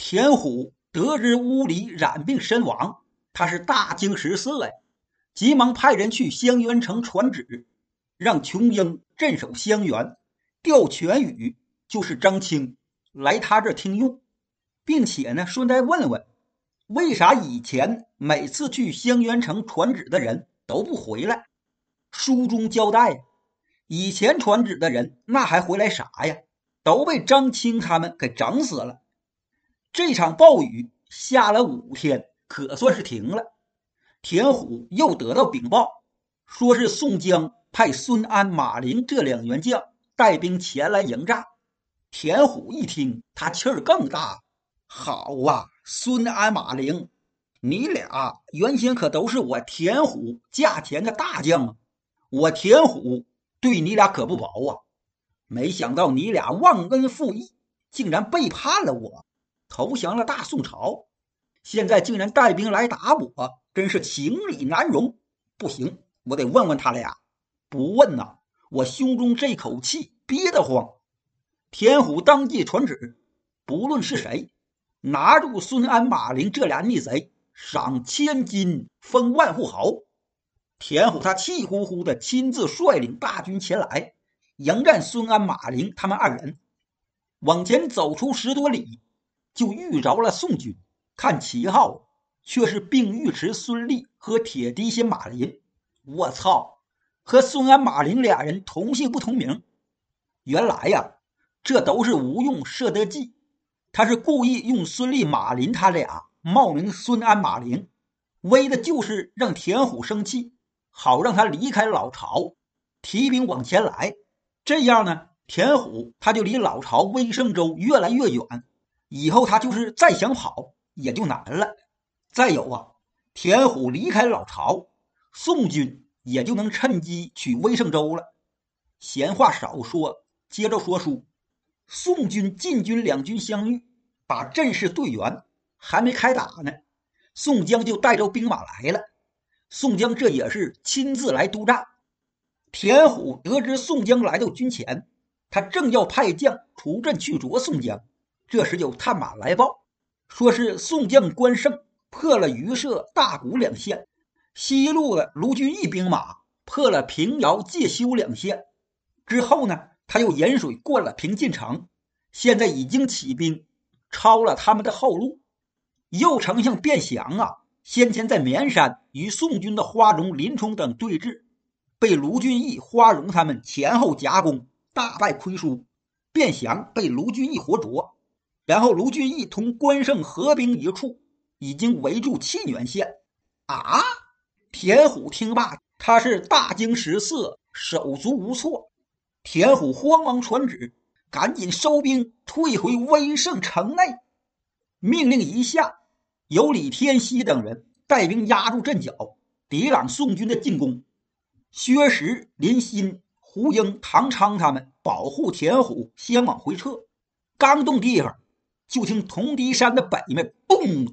田虎得知屋里染病身亡，他是大惊失色呀，急忙派人去香园城传旨，让琼英镇守香园，调全宇就是张青来他这听用，并且呢顺带问问为啥以前每次去香园城传旨的人都不回来。书中交代，以前传旨的人那还回来啥呀，都被张青他们给整死了。这场暴雨下了5天，可算是停了。田虎又得到禀报，说是宋江派孙安、马陵这2员将带兵前来迎战。田虎一听，他气儿更大。好啊，孙安、马陵，你俩原先可都是我田虎驾前的大将啊，我田虎对你俩可不薄啊！没想到你俩忘恩负义，竟然背叛了我，投降了大宋朝，现在竟然带兵来打我，真是情理难容。不行，我得问问他俩，不问呐，我胸中这口气憋得慌。田虎当即传旨，不论是谁，拿住孙安、马陵这俩逆贼，赏1000金，封万户侯。田虎他气呼呼的亲自率领大军前来迎战孙安、马陵他们2人。往前走出10多里，就遇着了宋军，看旗号却是并尉迟孙立和铁笛仙马林。我操，和孙安、马陵俩人同姓不同名。原来呀，这都是吴用设的计，他是故意用孙立、马林他俩冒名孙安、马陵，为的就是让田虎生气，好让他离开老巢，提兵往前来。这样呢，田虎他就离老巢威胜州越来越远，以后他就是再想跑也就难了。再有啊，田虎离开老巢，宋军也就能趁机取威胜州了。闲话少说，接着说书。宋军晋军2军相遇，把阵势队员，还没开打呢，宋江就带着兵马来了。宋江这也是亲自来督战。田虎得知宋江来到军前，他正要派将出阵去捉宋江，这时有探马来报，说是宋江关胜破了榆社、大谷2县，西路的卢俊义兵马破了平遥、介休2县，之后呢，他又沿水过了平晋城，现在已经起兵抄了他们的后路。右丞相卞祥啊，先前在绵山与宋军的花荣、林冲等对峙，被卢俊义、花荣他们前后夹攻，大败亏输，卞祥被卢俊义活捉。然后卢俊义同关胜合兵一处，已经围住沁源县。啊！田虎听罢，他是大惊失色，手足无措。田虎慌忙传旨，赶紧收兵退回威胜城内。命令一下，由李天锡等人带兵压住阵脚，抵挡宋军的进攻。薛石、林欣、胡英、唐昌他们保护田虎先往回撤。刚动地方，就听铜笛山的北面嘣，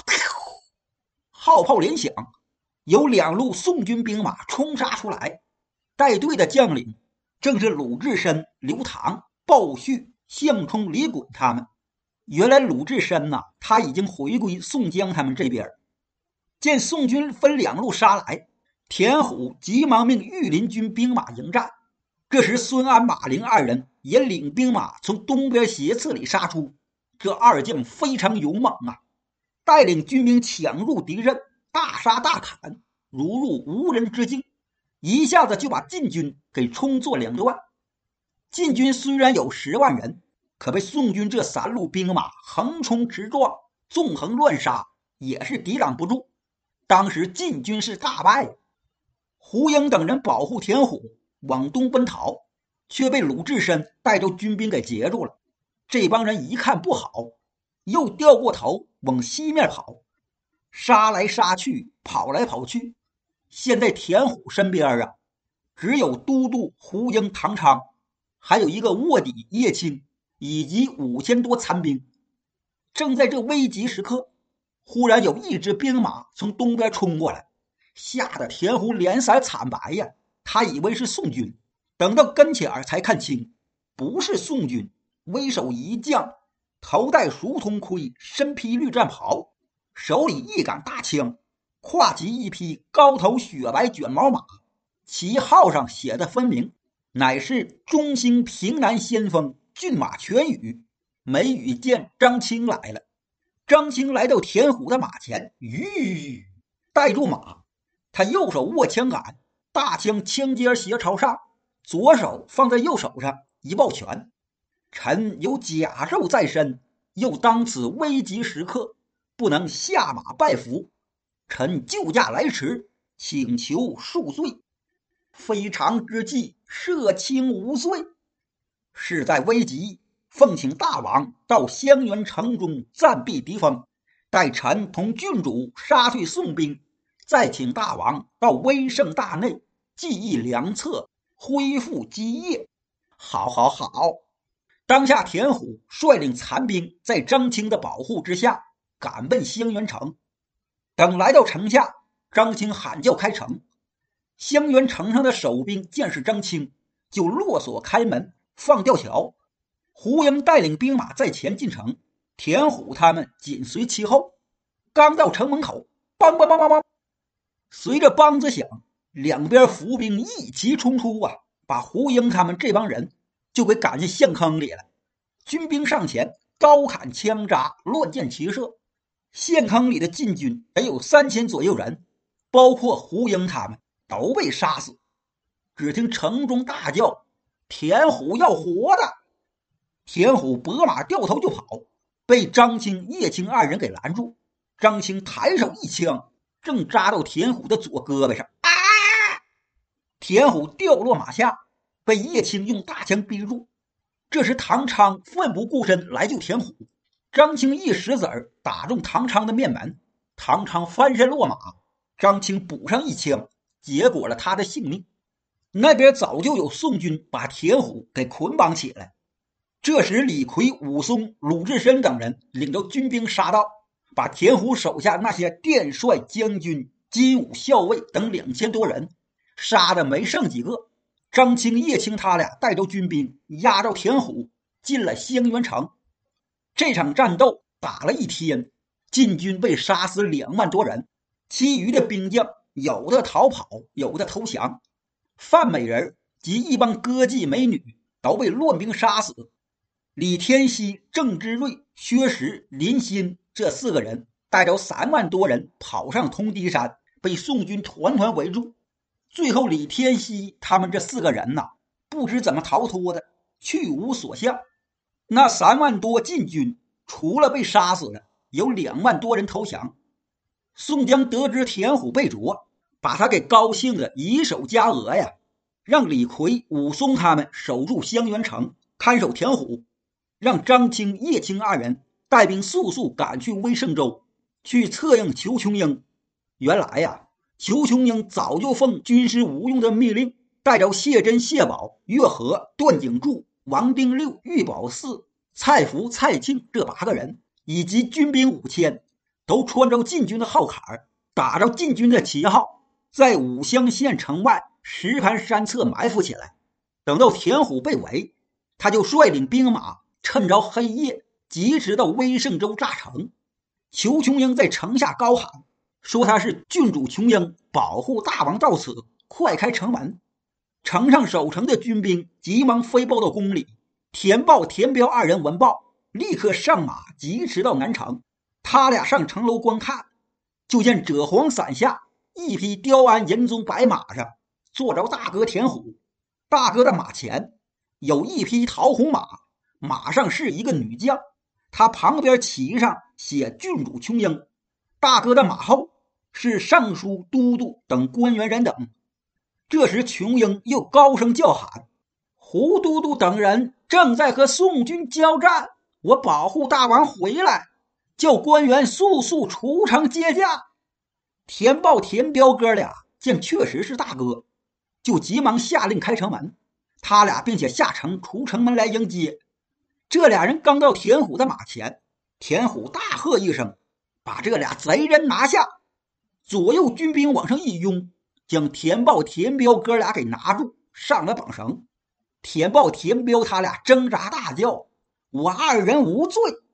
号炮连响，有2路宋军兵马冲杀出来，带队的将领正是鲁智深、刘唐、鲍旭、项冲、李衮他们。原来鲁智深呐，他已经回归宋江他们这边。见宋军分2路杀来，田虎急忙命御林军兵马迎战。这时孙安、马陵2人也领兵马从东边斜刺里杀出，这2将非常勇猛啊，带领军兵抢入敌阵，大杀大砍，如入无人之境，一下子就把晋军给冲作2段。晋军虽然有10万人，可被宋军这3路兵马横冲直撞，纵横乱杀，也是抵挡不住。当时晋军是大败。胡英等人保护田虎往东奔逃，却被鲁智深带着军兵给截住了。这帮人一看不好，又掉过头往西面跑，杀来杀去，跑来跑去。现在田虎身边啊，只有都督胡英、唐昌，还有一个卧底叶青，以及5000多残兵。正在这危急时刻，忽然有一支兵马从东边冲过来，吓得田虎脸色惨白呀，他以为是宋军，等到跟前才看清，不是宋军，为首一将头戴熟铜盔，身披绿战袍，手里一杆大枪，跨骑一匹高头雪白卷毛马，旗号上写的分明，乃是中兴平南先锋骏马全羽。梅雨见张青来了，张青来到田虎的马前，带住马，他右手握枪杆，大枪枪尖斜朝上，左手放在右手上，一抱拳：臣有甲胄在身，又当此危急时刻，不能下马拜服，臣救驾来迟，请求恕罪。非常之计，赦卿无罪。事在危急，奉请大王到襄垣城中暂避敌锋，待臣同郡主杀退宋兵，再请大王到威胜大内计议良策，恢复基业。好好好！当下田虎率领残兵在张青的保护之下赶奔襄垣城。等来到城下，张青喊叫开城。襄垣城上的守兵见是张青，就落锁开门，放吊桥。胡英带领兵马在前进城，田虎他们紧随其后。刚到城门口，梆梆梆梆梆，随着梆子响，两边伏兵一齐冲出啊，把胡英他们这帮人就给赶进陷坑里了。军兵上前，刀砍枪扎，乱箭齐射。陷坑里的晋军得有3000左右人，包括胡英他们都被杀死。只听城中大叫：田虎要活的！田虎拨马掉头就跑，被张青、叶青二人给拦住。张青抬手一枪，正扎到田虎的左胳膊上。田虎掉落马下，被叶青用大枪逼住。这时唐昌奋不顾身来救田虎，张青一石子儿打中唐昌的面门，唐昌翻身落马，张青补上一枪，结果了他的性命。那边早就有宋军把田虎给捆绑起来。这时李逵、武松、鲁智深等人领着军兵杀到，把田虎手下那些殿帅、将军、金武校尉等2000多人杀得没剩几个。张青、叶青他俩带着军兵压着田虎进了襄垣城。这场战斗打了一天，晋军被杀死2万多人，其余的兵将有的逃跑，有的投降。范美人及一帮歌妓美女都被乱兵杀死。李天锡、郑芝瑞、薛实、林欣这4个人带着3万多人跑上通堤山，被宋军团团围住。最后李天锡他们这4个人不知怎么逃脱的，去无所向。那3万多晋军除了被杀死的，有2万多人投降。宋江得知田虎被捉，把他给高兴的以手加额呀，让李逵、武松他们守住襄垣城，看守田虎，让张青、叶青二人带兵速速赶去威胜州，去策应裘琼英。原来裘琼英早就奉军师吴用的密令，带着谢珍、谢宝、岳和、段景柱、王丁六、玉宝四、蔡福、蔡庆这8个人，以及军兵5000，都穿着晋军的号坎，打着晋军的旗号，在武乡县城外石盘山侧埋伏起来。等到田虎被围，他就率领兵马趁着黑夜疾驰到威胜州炸城。裘琼英在城下高喊，说他是郡主琼英，保护大王到此，快开城门。城上守城的军兵急忙飞报到宫里，田豹、田彪二人闻报，立刻上马疾驰到南城。他俩上城楼观看，就见赭黄伞下一匹雕鞍银鬃白马上坐着大哥田虎，大哥的马前有一匹桃红马，马上是一个女将，他旁边旗上写郡主琼英。大哥的马后是尚书、都督等官员人等。这时琼英又高声叫喊，胡都督等人正在和宋军交战，我保护大王回来，叫官员速速出城接驾。田豹、田彪哥俩见确实是大哥，就急忙下令开城门，他俩并且下城出城门来迎接。这俩人刚到田虎的马前，田虎大喝一声，把这俩贼人拿下。左右军兵往上一拥，将田豹、田彪哥俩给拿住，上了绑绳。田豹、田彪他俩挣扎大叫，我2人无罪，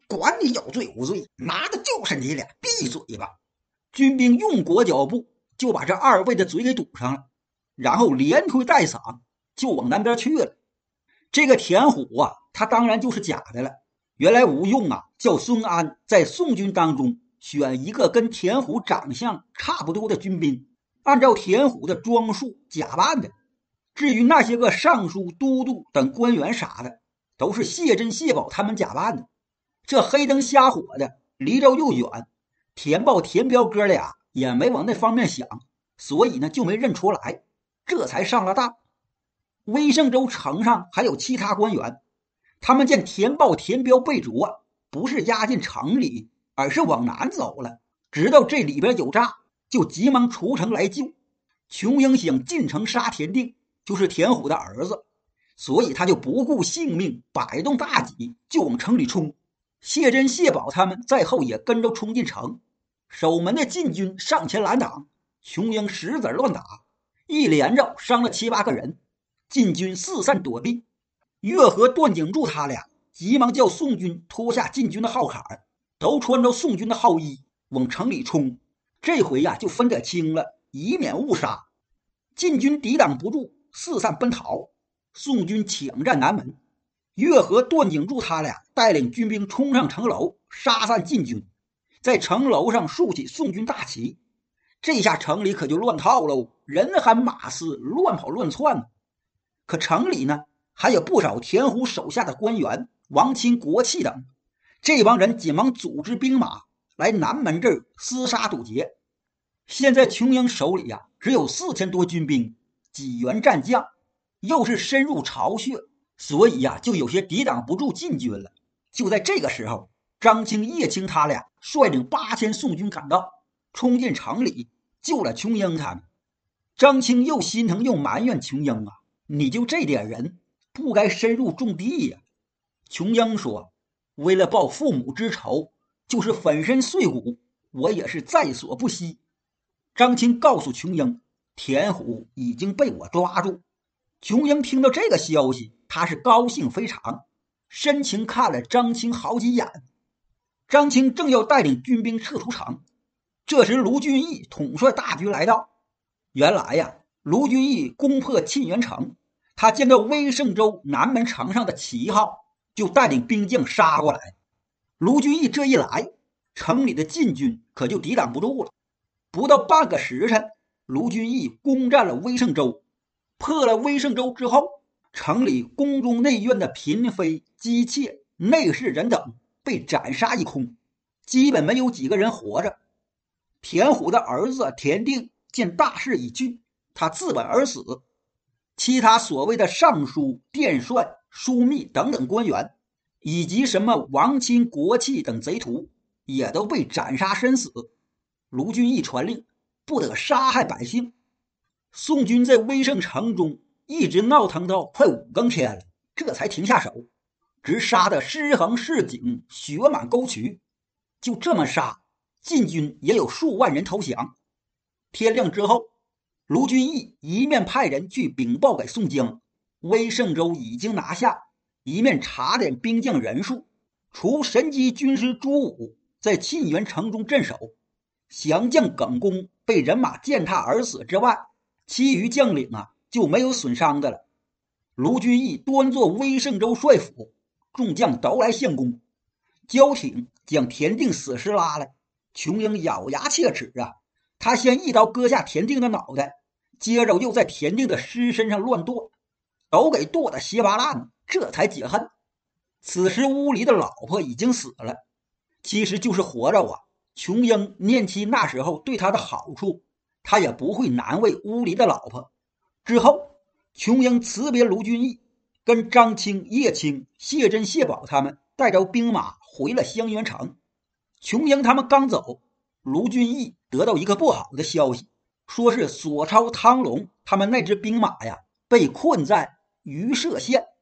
管你有罪无罪，拿的就是你俩，闭嘴吧！军兵用裹脚布就把这二位的嘴给堵上了，然后连推带搡就往南边去了。这个田虎啊，他当然就是假的了。原来吴用啊叫孙安在宋军当中选一个跟田虎长相差不多的军兵，按照田虎的装束假扮的。至于那些个尚书、都督等官员啥的，都是谢珍、谢宝他们假扮的。这黑灯瞎火的，离着又远，田豹、田彪哥俩也没往那方面想，所以呢就没认出来，这才上了当。威胜州城上还有其他官员，他们见田豹、田彪被捉，不是押进城里，而是往南走了，知道这里边有诈，就急忙出城来救。琼英想进城杀田定，就是田虎的儿子，所以他就不顾性命，摆动大戟就往城里冲。谢珍、谢宝他们在后也跟着冲进城，守门的禁军上前拦挡，琼英石子乱打，一连着伤了7、8个人，禁军四散躲避。岳和、段景柱他俩急忙叫宋军脱下禁军的号坎，都穿着宋军的号衣往城里冲。这回呀就分得清了，以免误杀。禁军抵挡不住，四散奔逃，宋军抢占南门。岳和、段景柱他俩带领军兵冲上城楼，杀散禁军，在城楼上竖起宋军大旗。这下城里可就乱套喽，人喊马嘶，乱跑乱窜。可城里呢还有不少田虎手下的官员、王钦、国戚等，这帮人紧忙组织兵马来南门这儿厮杀堵截。现在琼英手里啊只有4000多军兵，几员战将，又是深入巢穴，所以呀就有些抵挡不住禁军了。就在这个时候，张清、叶青他俩率领8000宋军赶到，冲进城里救了琼英他们。张清又心疼又埋怨琼英啊，你就这点人，不该深入重地呀。琼英说，为了报父母之仇，就是粉身碎骨，我也是在所不惜。张清告诉琼英，田虎已经被我抓住。琼英听到这个消息，他是高兴非常，深情看了张清好几眼。张清正要带领军兵撤出城，这时卢俊义统帅大军来到。原来呀，卢俊义攻破沁源城，他见到威胜州南门城上的旗号，就带领兵将杀过来。卢俊义这一来，城里的禁军可就抵挡不住了。不到半个时辰，卢俊义攻占了威胜州。破了威胜州之后，城里宫中内院的嫔妃、姬妾、内侍人等被斩杀一空，基本没有几个人活着。田虎的儿子田定见大势已去，他自刎而死。其他所谓的尚书、殿帅、枢密等等官员，以及什么王钦、国戚等贼徒，也都被斩杀身死。卢俊义传令，不得杀害百姓。宋军在威胜城中一直闹腾到快5更天了，这才停下手，直杀得尸横市井，血满沟渠。就这么杀，禁军也有数万人投降。天亮之后，卢俊义一面派人去禀报给宋江，威胜州已经拿下，一面查点兵将人数，除神机军师朱武在沁源城中镇守，降将耿恭被人马践踏而死之外，其余将领啊就没有损伤的了。卢俊义端坐威胜州帅府，众将都来献功。焦挺将田定死尸拉来，琼英咬牙切齿啊，他先一刀割下田定的脑袋，接着又在田定的尸身上乱剁，都给剁得稀巴烂，这才解恨。此时屋里的老婆已经死了，其实就是活着啊。琼英念起那时候对他的好处，他也不会难为屋里的老婆。之后琼英辞别卢俊义，跟张清、叶青、谢珍、谢宝他们带着兵马回了襄垣城。琼英他们刚走，卢俊义得到一个不好的消息，说是索超、汤龙他们那支兵马呀被困在榆社县。